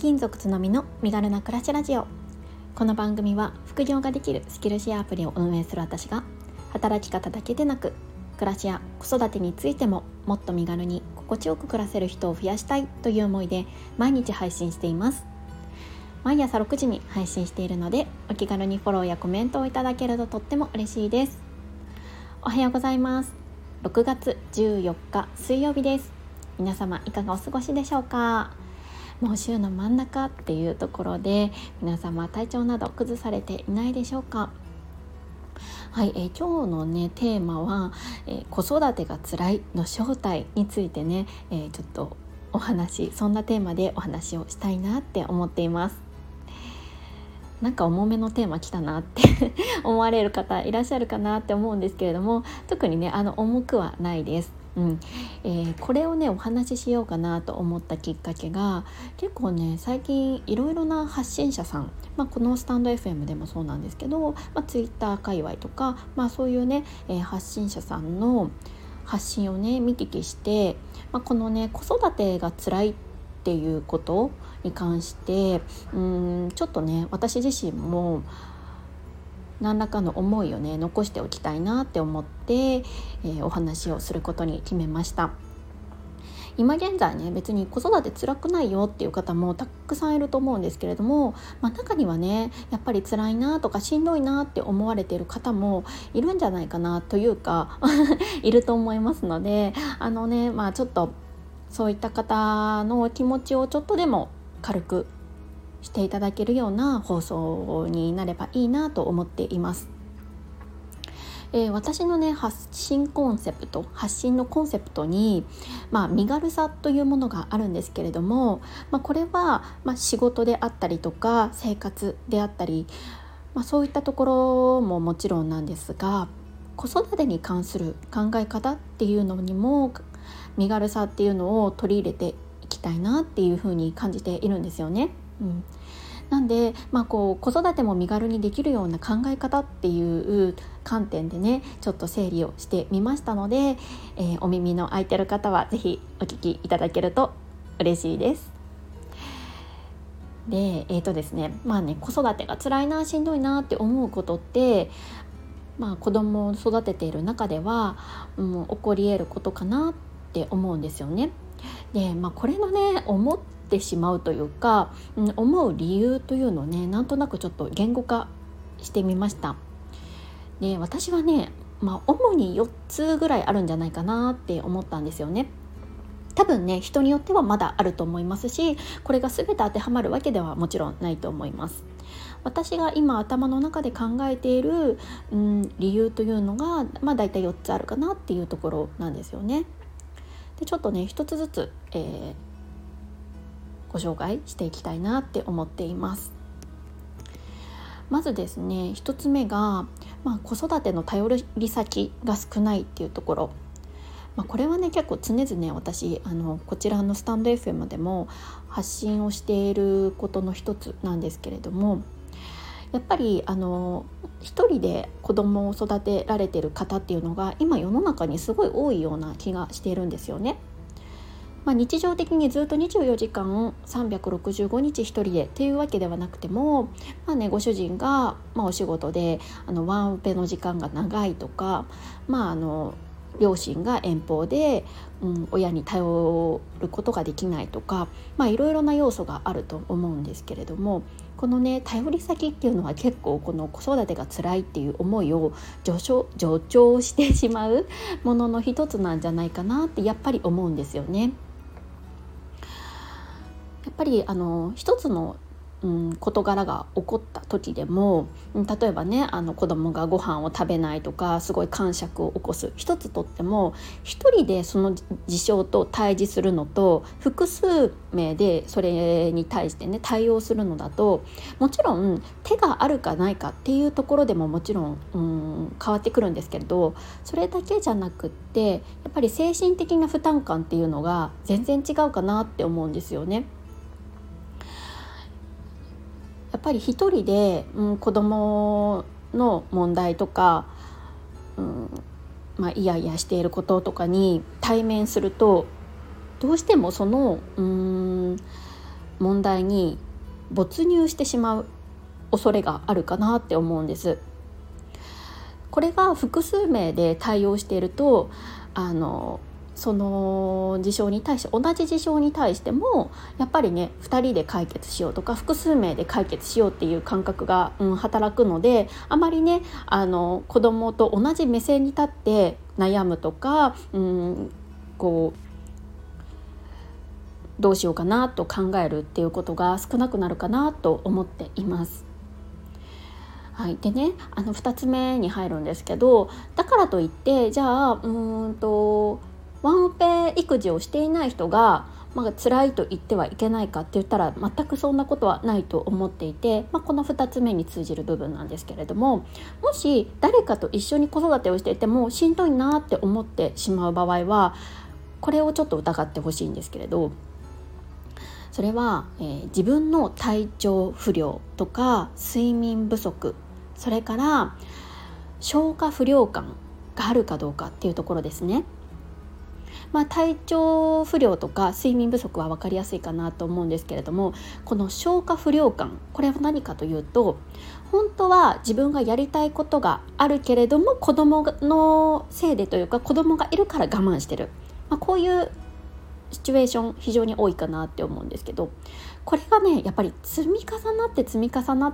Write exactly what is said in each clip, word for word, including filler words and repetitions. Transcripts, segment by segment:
金属つのみの身軽な暮らしラジオ。この番組は副業ができるスキルシェアアプリを運営する私が、働き方だけでなく暮らしや子育てについてももっと身軽に心地よく暮らせる人を増やしたいという思いで毎日配信しています。毎朝ろくじに配信しているので、お気軽にフォローやコメントをいただけるととっても嬉しいです。おはようございます。ろくがつじゅうよっか水曜日です。皆様いかがお過ごしでしょうか。もう週の真ん中っていうところで、皆様体調など崩されていないでしょうか。はい、えー、今日のねテーマは、えー、子育てが辛いの正体についてね、えー、ちょっとお話そんなテーマでお話をしたいなって思っています。なんか重めのテーマ来たなって思われる方いらっしゃるかなって思うんですけれども、特にねあの重くはないです。うんえー、これをねお話ししようかなと思ったきっかけが、結構ね最近いろいろな発信者さん、まあ、このスタンド エフエム でもそうなんですけど、まあ、ツイッター界隈とか、まあ、そういうね、えー、発信者さんの発信をね見聞きして、まあ、このね子育てが辛いっていうことに関してうーんちょっとね私自身も何らかの思いをね残しておきたいなって思って、えー、お話をすることに決めました。今現在ね別に子育て辛くないよっていう方もたくさんいると思うんですけれども、まあ、中にはねやっぱり辛いなとかしんどいなって思われている方もいるんじゃないかなというかいると思いますので、あのねまあちょっとそういった方の気持ちをちょっとでも軽くしていただけるような放送になればいいなと思っています。えー、私のね発信コンセプト発信のコンセプトに、まあ、身軽さというものがあるんですけれども、まあ、これは、まあ、仕事であったりとか生活であったり、まあ、そういったところももちろんなんですが、子育てに関する考え方っていうのにも身軽さっていうのを取り入れていきたいなっていうふうに感じているんですよね。うん、なんで、まあ、こう子育ても身軽にできるような考え方っていう観点でねちょっと整理をしてみましたので、えー、お耳の空いてる方はぜひお聞きいただけると嬉しいです。で、えーとですね、まあね子育てが辛いなしんどいなって思うことって、まあ、子供を育てている中では、うん、起こり得ることかなって思うんですよね。で、まあ、これのね思ってしまうというか、うん、思う理由というのをねなんとなくちょっと言語化してみました。で、私はね、まあ、主によっつぐらいあるんじゃないかなって思ったんですよね。多分ね人によってはまだあると思いますし、これが全て当てはまるわけではもちろんないと思います。私が今頭の中で考えている、うん、理由というのが、まあ、だいたいよっつあるかなっていうところなんですよね。でちょっとね一つずつ、えー、ご紹介していきたいなって思っています。まずですね一つ目が、まあ、子育ての頼り先が少ないっていうところ、まあ、これはね結構常々私あのこちらのスタンド エフエム でも発信をしていることの一つなんですけれども、やっぱりあの一人で子供を育てられている方っていうのが今世の中にすごい多いような気がしているんですよね。まあ、日常的にずっとにじゅうよじかんさんびゃくろくじゅうごにち一人でっていうわけではなくても、まあね、ご主人が、まあ、お仕事であのワンオペの時間が長いとか、まあ、あの両親が遠方で、うん、親に頼ることができないとか、まあ、いろいろな要素があると思うんですけれども、このね頼り先っていうのは結構この子育てが辛いっていう思いを助長、助長してしまうものの一つなんじゃないかなってやっぱり思うんですよね。やっぱりあの一つの、うん、事柄が起こった時でも、例えばねあの子供がご飯を食べないとかすごい癇癪を起こす一つとっても、一人でその事象と対峙するのと複数名でそれに対してね対応するのだと、もちろん手があるかないかっていうところでももちろん、うん、変わってくるんですけれど、それだけじゃなくってやっぱり精神的な負担感っていうのが全然違うかなって思うんですよね。やっぱり一人で、うん、子供の問題とか、うんまあ、イヤイヤしていることとかに対面すると、どうしてもそのうーん問題に没入してしまう恐れがあるかなって思うんです。これが複数名で対応していると、あのその事象に対して同じ事象に対してもやっぱりねふたりで解決しようとか複数名で解決しようっていう感覚が、うん、働くので、あまりねあの子供と同じ目線に立って悩むとか、うん、こうどうしようかなと考えるっていうことが少なくなるかなと思っています。はい、でねあのふたつめに入るんですけど、だからといってじゃあうーんとワンオペ育児をしていない人が、まあ、辛いと言ってはいけないかって言ったら全くそんなことはないと思っていて、まあ、このふたつめに通じる部分なんですけれども、もし誰かと一緒に子育てをしていてもしんどいなって思ってしまう場合はこれをちょっと疑ってほしいんですけれど、それは、えー、自分の体調不良とか睡眠不足、それから消化不良感があるかどうかっていうところですね。まあ、体調不良とか睡眠不足は分かりやすいかなと思うんですけれども、この消化不良感、これは何かというと、本当は自分がやりたいことがあるけれども子供のせいでというか子供がいるから我慢してる、まあ、こういうシチュエーション非常に多いかなって思うんですけど、これがねやっぱり積み重なって積み重なって、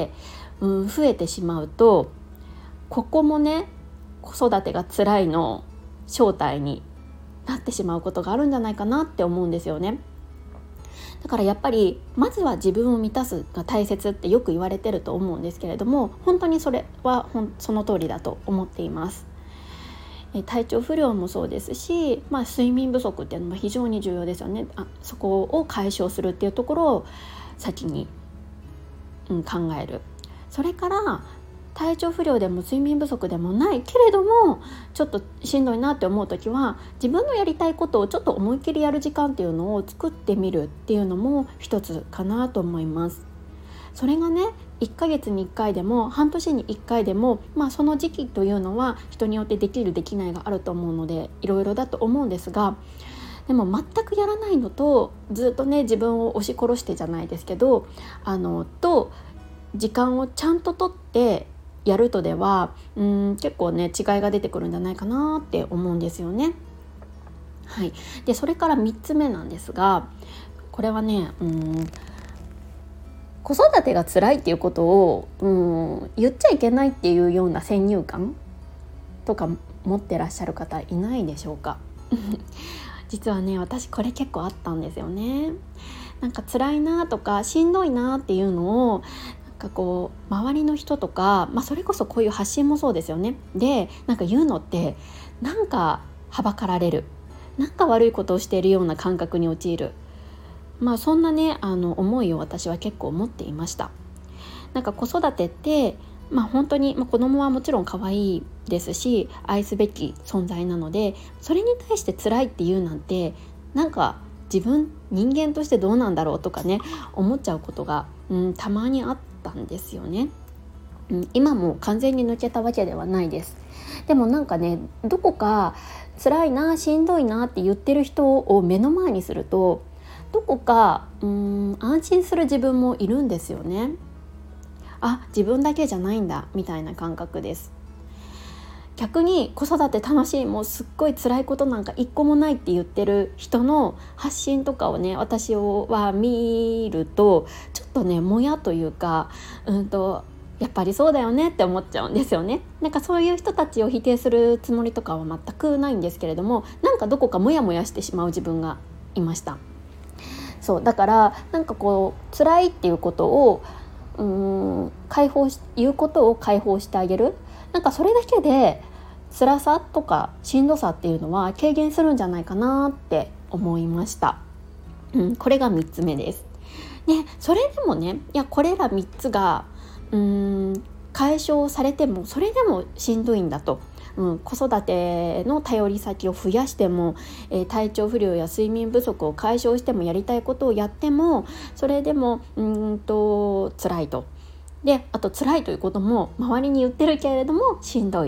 うん、増えてしまうと、ここもね子育てが辛いの正体になってしまうことがあるんじゃないかなって思うんですよね。だからやっぱりまずは自分を満たすが大切ってよく言われてると思うんですけれども、本当にそれはほんその通りだと思っています。体調不良もそうですし、まあ、睡眠不足っていうのも非常に重要ですよね。あそこを解消するっていうところを先に、うん、考える。それから体調不良でも睡眠不足でもないけれどもちょっとしんどいなって思うときは、自分のやりたいことをちょっと思いっきりやる時間っていうのを作ってみるっていうのも一つかなと思います。それがねいっかげつにいっかいでも半年にいっかいでも、まあ、その時期というのは人によってできるできないがあると思うのでいろいろだと思うんですが、でも全くやらないのとずっとね自分を押し殺してじゃないですけどあのと時間をちゃんととってやるとではうーん結構ね違いが出てくるんじゃないかなって思うんですよね。はい、でそれからみっつめなんですが、これはねうーん子育てが辛いっていうことをうん言っちゃいけないっていうような先入観とか持ってらっしゃる方いないでしょうか実はね私これ結構あったんですよね。なんか辛いなとかしんどいなっていうのをなんかこう周りの人とか、まあ、それこそこういう発信もそうですよね。でなんか言うのってなんかはばかられる、なんか悪いことをしているような感覚に陥る、まあそんなねあの思いを私は結構持っていました。なんか子育てってまあ本当に、まあ、子供はもちろん可愛いですし愛すべき存在なので、それに対して辛いっていうなんてなんか自分人間としてどうなんだろうとかね思っちゃうことが、うん、たまにあったんですよね。うん、今も完全に抜けたわけではないです。でもなんかねどこか辛いなしんどいなって言ってる人を目の前にするとどこかうーん安心する自分もいるんですよね。あ、自分だけじゃないんだみたいな感覚です。逆に子育て楽しい、もうすっごい辛いことなんか一個もないって言ってる人の発信とかをね私は見るとちょっとねもやというかうんとやっぱりそうだよねって思っちゃうんですよね。なんかそういう人たちを否定するつもりとかは全くないんですけれども、なんかどこかモヤモヤしてしまう自分がいました。そうだからなんかこう辛いっていうことをうーん解放し言うことを解放してあげる、なんかそれだけで辛さとかしんどさっていうのは軽減するんじゃないかなって思いました。うん、これがみっつめです。ね、それでもねいやこれらみっつがうーん解消されてもそれでもしんどいんだと、うん、子育ての頼り先を増やしても、えー、体調不良や睡眠不足を解消してもやりたいことをやってもそれでもうーんと辛いと。であと辛いということも周りに言ってるけれどもしんどい、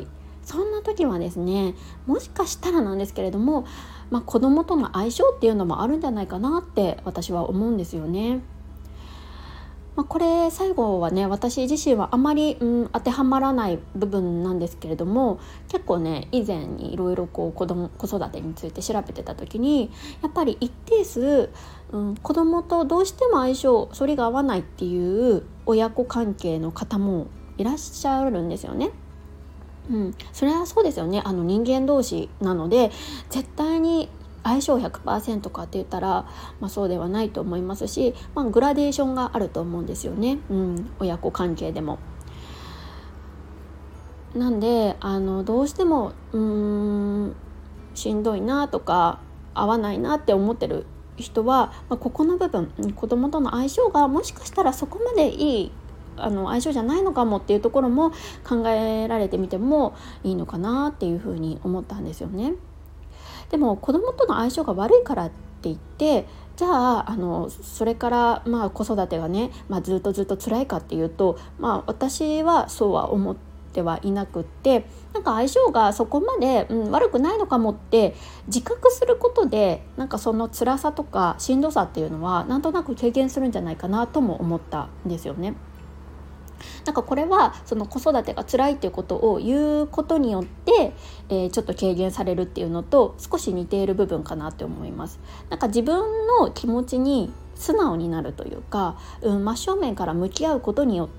そんな時はですね、もしかしたらなんですけれども、まあ、子供との相性っていうのもあるんじゃないかなって私は思うんですよね。まあ、これ最後はね、私自身はあまり、うん、当てはまらない部分なんですけれども、結構ね以前にいろいろこう子供子育てについて調べてた時に、やっぱり一定数、うん、子供とどうしても相性反りが合わないっていう親子関係の方もいらっしゃるんですよね。うん、それはそうですよね。あの人間同士なので絶対に相性 ひゃくパーセント かって言ったら、まあ、そうではないと思いますし、まあ、グラデーションがあると思うんですよね、うん、親子関係でも。なんであのどうしてもうーんしんどいなとか合わないなって思ってる人は、まあ、ここの部分、子供との相性がもしかしたらそこまでいいあの相性じゃないのかもっていうところも考えられてみてもいいのかなっていうふうに思ったんですよね。でも子供との相性が悪いからって言って、じゃあ、あのそれからまあ子育てがね、まあ、ずっとずっと辛いかっていうと、まあ、私はそうは思ってはいなくって、なんか相性がそこまで、うん、悪くないのかもって自覚することで、なんかその辛さとかしんどさっていうのはなんとなく軽減するんじゃないかなとも思ったんですよね。なんかこれはその子育てが辛いっていうことを言うことによって、えー、ちょっと軽減されるっていうのと少し似ている部分かなって思います。なんか自分の気持ちに素直になるというか、うん、真正面から向き合うことによって、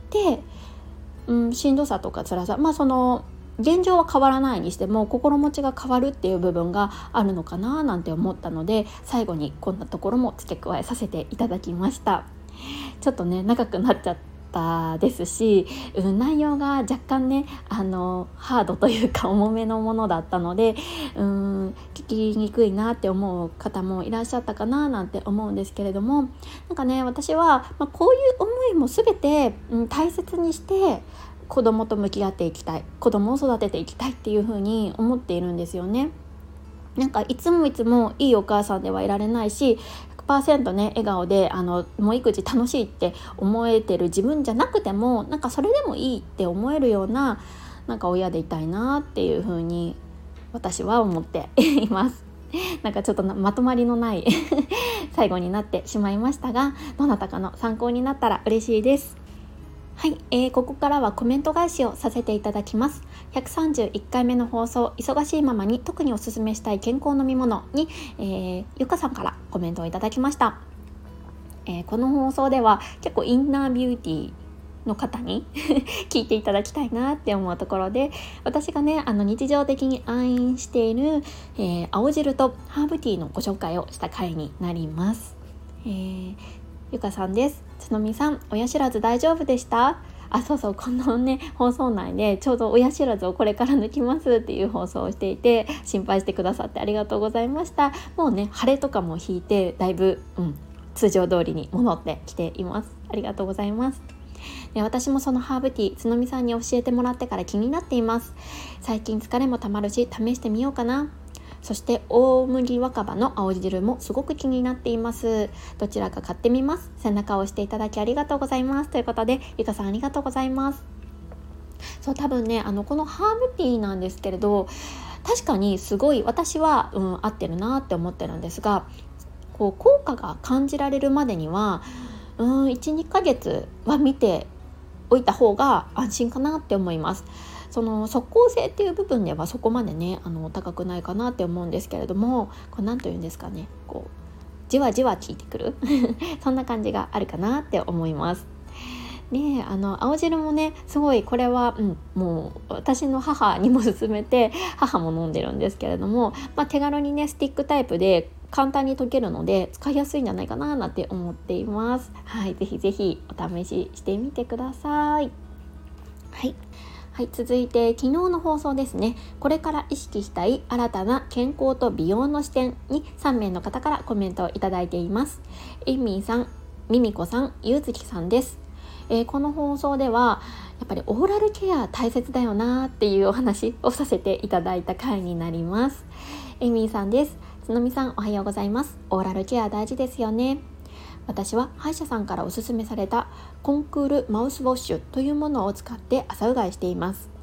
うん、しんどさとか辛さ、まあその現状は変わらないにしても心持ちが変わるっていう部分があるのかななんて思ったので、最後にこんなところも付け加えさせていただきました。ちょっとね長くなっちゃったですし、うん、内容が若干ねあのハードというか重めのものだったので、うん、聞きにくいなって思う方もいらっしゃったかななんて思うんですけれども、なんかね私は、まあ、こういう思いも全て、うん、大切にして子供と向き合っていきたい、子供を育てていきたいっていうふうに思っているんですよね。なんかいつもいつもいいお母さんではいられないし、 ひゃくパーセント ね笑顔であのもう育児楽しいって思えてる自分じゃなくても、なんかそれでもいいって思えるようななんか親でいたいなっていう風に私は思っていますなんかちょっとまとまりのない最後になってしまいましたが、どなたかの参考になったら嬉しいです。はい、えー、ここからはコメント返しをさせていただきます。ひゃくさんじゅういっかいめの放送、忙しいママに特におすすめしたい健康飲み物に、えー、ゆかさんからコメントをいただきました。えー、この放送では結構インナービューティーの方に聞いていただきたいなって思うところで、私がねあの日常的に愛飲している、えー、青汁とハーブティーのご紹介をした回になります。えーゆかさんです。つのみさん、親知らず大丈夫でした？あ、そうそう、このね放送内でちょうど親知らずをこれから抜きますっていう放送をしていて、心配してくださってありがとうございました。もうね腫れとかも引いてだいぶ、うん、通常通りに戻ってきています。ありがとうございます。で、私もそのハーブティーつのみさんに教えてもらってから気になっています。最近疲れもたまるし試してみようかな。そして大麦若葉の青汁もすごく気になっています。どちらか買ってみます。背中を押していただきありがとうございます。ということでゆかさんありがとうございます。そう、多分ねあのこのハーブティーなんですけれど、確かにすごい私は、うん、合ってるなって思ってるんですが、こう効果が感じられるまでには、うん、いち、にかげつは見ておいた方が安心かなって思います。その即効性っていう部分ではそこまでねあの高くないかなって思うんですけれども、こうなんというんですかね、こうじわじわ効いてくるそんな感じがあるかなって思います。ね、あの青汁もねすごいこれは、うん、もう私の母にも勧めて母も飲んでるんですけれども、まあ、手軽にねスティックタイプで簡単に溶けるので使いやすいんじゃないかななんて思っています。はい、ぜひぜひお試ししてみてください。はいはい、続いて昨日の放送ですね。これから意識したい新たな健康と美容の視点にさんめいの方からコメントをいただいています。エイミーさん、ミミコさん、ゆうつきさんです。えー、この放送ではやっぱりオーラルケア大切だよなっていうお話をさせていただいた回になります。エイミーさんです。つのみさん、おはようございます。オーラルケア大事ですよね。私は歯医者さんからおすすめされたコンクールマウスウォッシュというものを使って朝うがいしています。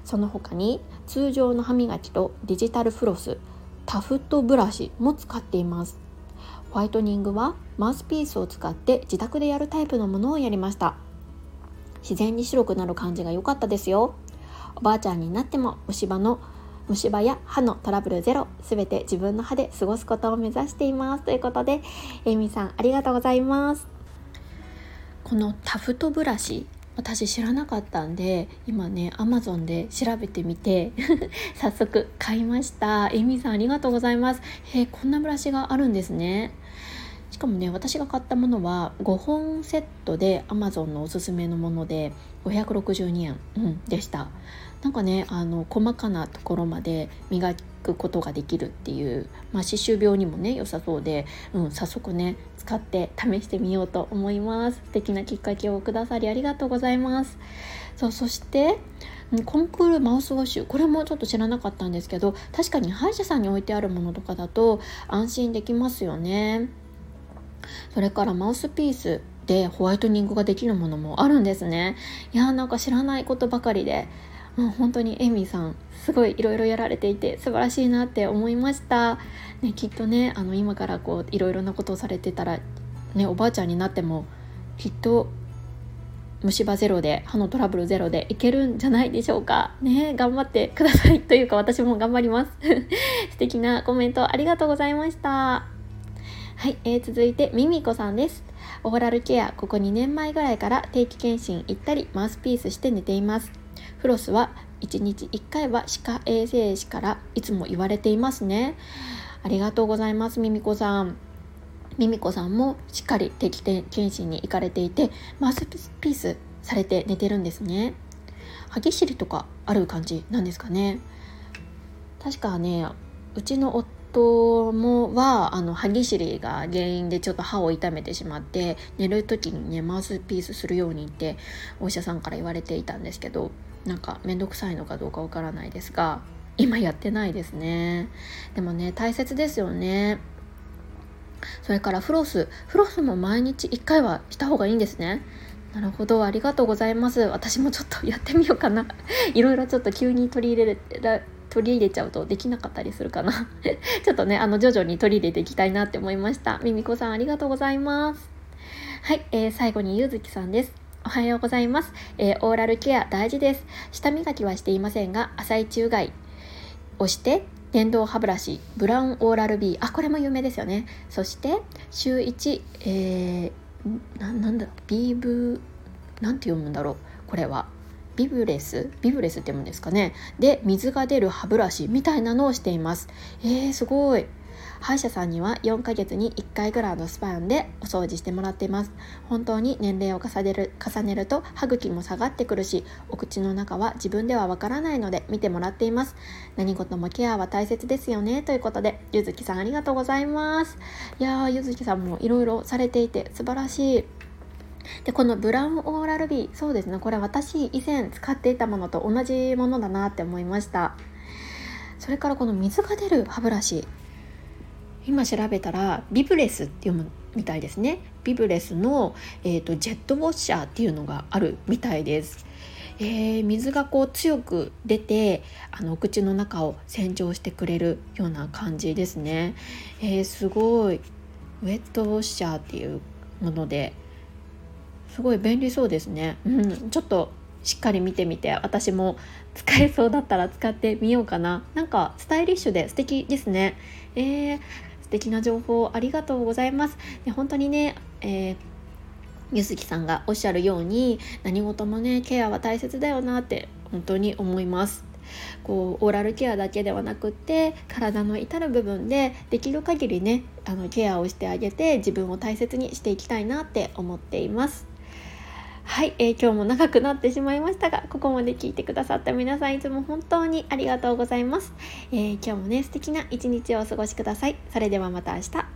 その他に通常の歯磨きとデジタルフロス、タフトブラシも使っています。ホワイトニングはマウスピースを使って自宅でやるタイプのものをやりました。自然に白くなる感じが良かったですよ。おばあちゃんになっても虫歯の虫歯や歯のトラブルゼロ、すべて自分の歯で過ごすことを目指していますということで、エイミさんありがとうございます。このタフトブラシ、私知らなかったんで今ね Amazon で調べてみて早速買いました。エイミさんありがとうございます。へー、こんなブラシがあるんですね。しかもね、私が買ったものはごほんセットで Amazon のおすすめのものでごひゃくろくじゅうにえん、うん、でした。なんかね、あの細かなところまで磨くことができるっていう、まあ、歯周病にもね良さそうで、うん、早速ね使って試してみようと思います。素敵なきっかけをくださりありがとうございます。そう、そしてコンクールマウスウォッシュ、これもちょっと知らなかったんですけど、確かに歯医者さんに置いてあるものとかだと安心できますよね。それからマウスピースでホワイトニングができるものもあるんですね。いやー、なんか知らないことばかりで、うん、本当にエイミーさんすごいいろいろやられていて素晴らしいなって思いました、ね、きっとね、あの今からこういろいろなことをされてたら、ね、おばあちゃんになってもきっと虫歯ゼロで歯のトラブルゼロでいけるんじゃないでしょうかね。頑張ってくださいというか私も頑張ります素敵なコメントありがとうございました。はい、えー、続いてミミコさんです。オーラルケア、ここにねんまえぐらいから定期検診行ったりマウスピースして寝ています。フロスはいちにちいっかいは歯科衛生士からいつも言われていますね。ありがとうございます。ミミコさん。ミミコさんもしっかり定期検診に行かれていてマウスピースされて寝てるんですね。歯ぎしりとかある感じなんですかね。確かね、うちの夫もはあの歯ぎしりが原因でちょっと歯を痛めてしまって寝る時にねマウスピースするようにってお医者さんから言われていたんですけど、なんかめんどくさいのかどうかわからないですが今やってないですね。でもね大切ですよね。それからフロスフロスも毎日いっかいはした方がいいんですね。なるほど、ありがとうございます。私もちょっとやってみようかないろいろちょっと急に取り入れる取り入れちゃうとできなかったりするかなちょっとねあの徐々に取り入れていきたいなって思いました。ミミコさんありがとうございます。はい、えー、最後にゆうずきさんです。おはようございます、えー、オーラルケア大事です。舌磨きはしていませんが浅い中外をして電動歯ブラシブラウンオーラル B、 あこれも有名ですよね。そして週いち、えー、な, なんだビブなんて読むんだろう、これはビブレスビブレスって読むんですかね。で水が出る歯ブラシみたいなのをしています。えー、すごい。歯医者さんにはよんかげつにいっかいぐらいのスパンでお掃除してもらっています。本当に年齢を重ねる、重ねると歯茎も下がってくるし、お口の中は自分ではわからないので見てもらっています。何事もケアは大切ですよねということで、ゆずきさんありがとうございます。いやー、ゆずきさんもいろいろされていて素晴らしい。でこのブラウンオーラル B、 そうですね、これ私以前使っていたものと同じものだなって思いました。それからこの水が出る歯ブラシ、今調べたらビブレスって読むみたいですね。ビブレスの、えーと、ジェットウォッシャーっていうのがあるみたいです。えー、水がこう強く出てあのお口の中を洗浄してくれるような感じですね。えー、すごい。ウェットウォッシャーっていうものですごい便利そうですね、うん、ちょっとしっかり見てみて私も使えそうだったら使ってみようかな。なんかスタイリッシュで素敵ですね。えー、素敵な情報ありがとうございます。で本当にね、えー、ゆずきさんがおっしゃるように何事もねケアは大切だよなって本当に思います。こうオーラルケアだけではなくって体の至る部分でできる限りねあのケアをしてあげて自分を大切にしていきたいなって思っています。はい、えー、今日も長くなってしまいましたがここまで聞いてくださった皆さんいつも本当にありがとうございます。えー、今日もね素敵な一日をお過ごしください。それではまた明日。